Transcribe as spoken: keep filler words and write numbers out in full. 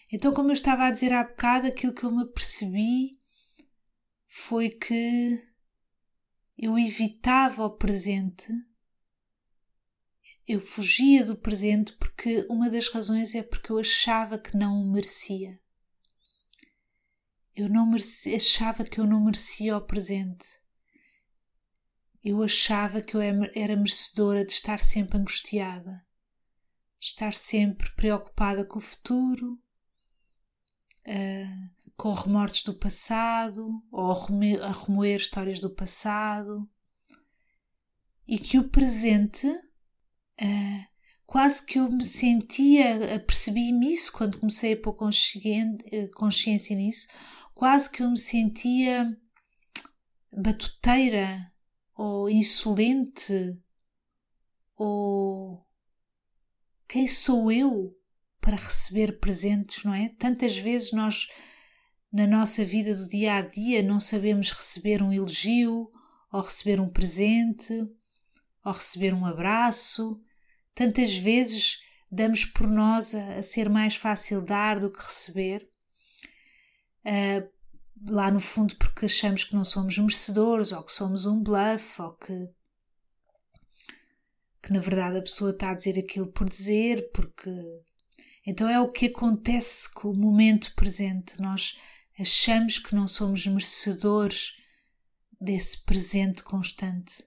Então, como eu estava a dizer há bocado, aquilo que eu me apercebi foi que eu evitava o presente, eu fugia do presente porque uma das razões é porque eu achava que não o merecia. Eu não merecia, achava que eu não merecia o presente. Eu achava que eu era merecedora de estar sempre angustiada, de estar sempre preocupada com o futuro, uh, com remorsos do passado, ou a remoer histórias do passado, e que o presente, uh, quase que eu me sentia, percebi-me isso quando comecei a pôr consciência nisso, quase que eu me sentia batuteira, ou insolente, ou quem sou eu para receber presentes, não é? Tantas vezes nós, na nossa vida do dia a dia, não sabemos receber um elogio, ou receber um presente, ou receber um abraço. Tantas vezes damos por nós a, a ser mais fácil dar do que receber. Uh, lá no fundo porque achamos que não somos merecedores, ou que somos um bluff, ou que, que na verdade a pessoa está a dizer aquilo por dizer, porque... Então é o que acontece com o momento presente. Nós achamos que não somos merecedores desse presente constante.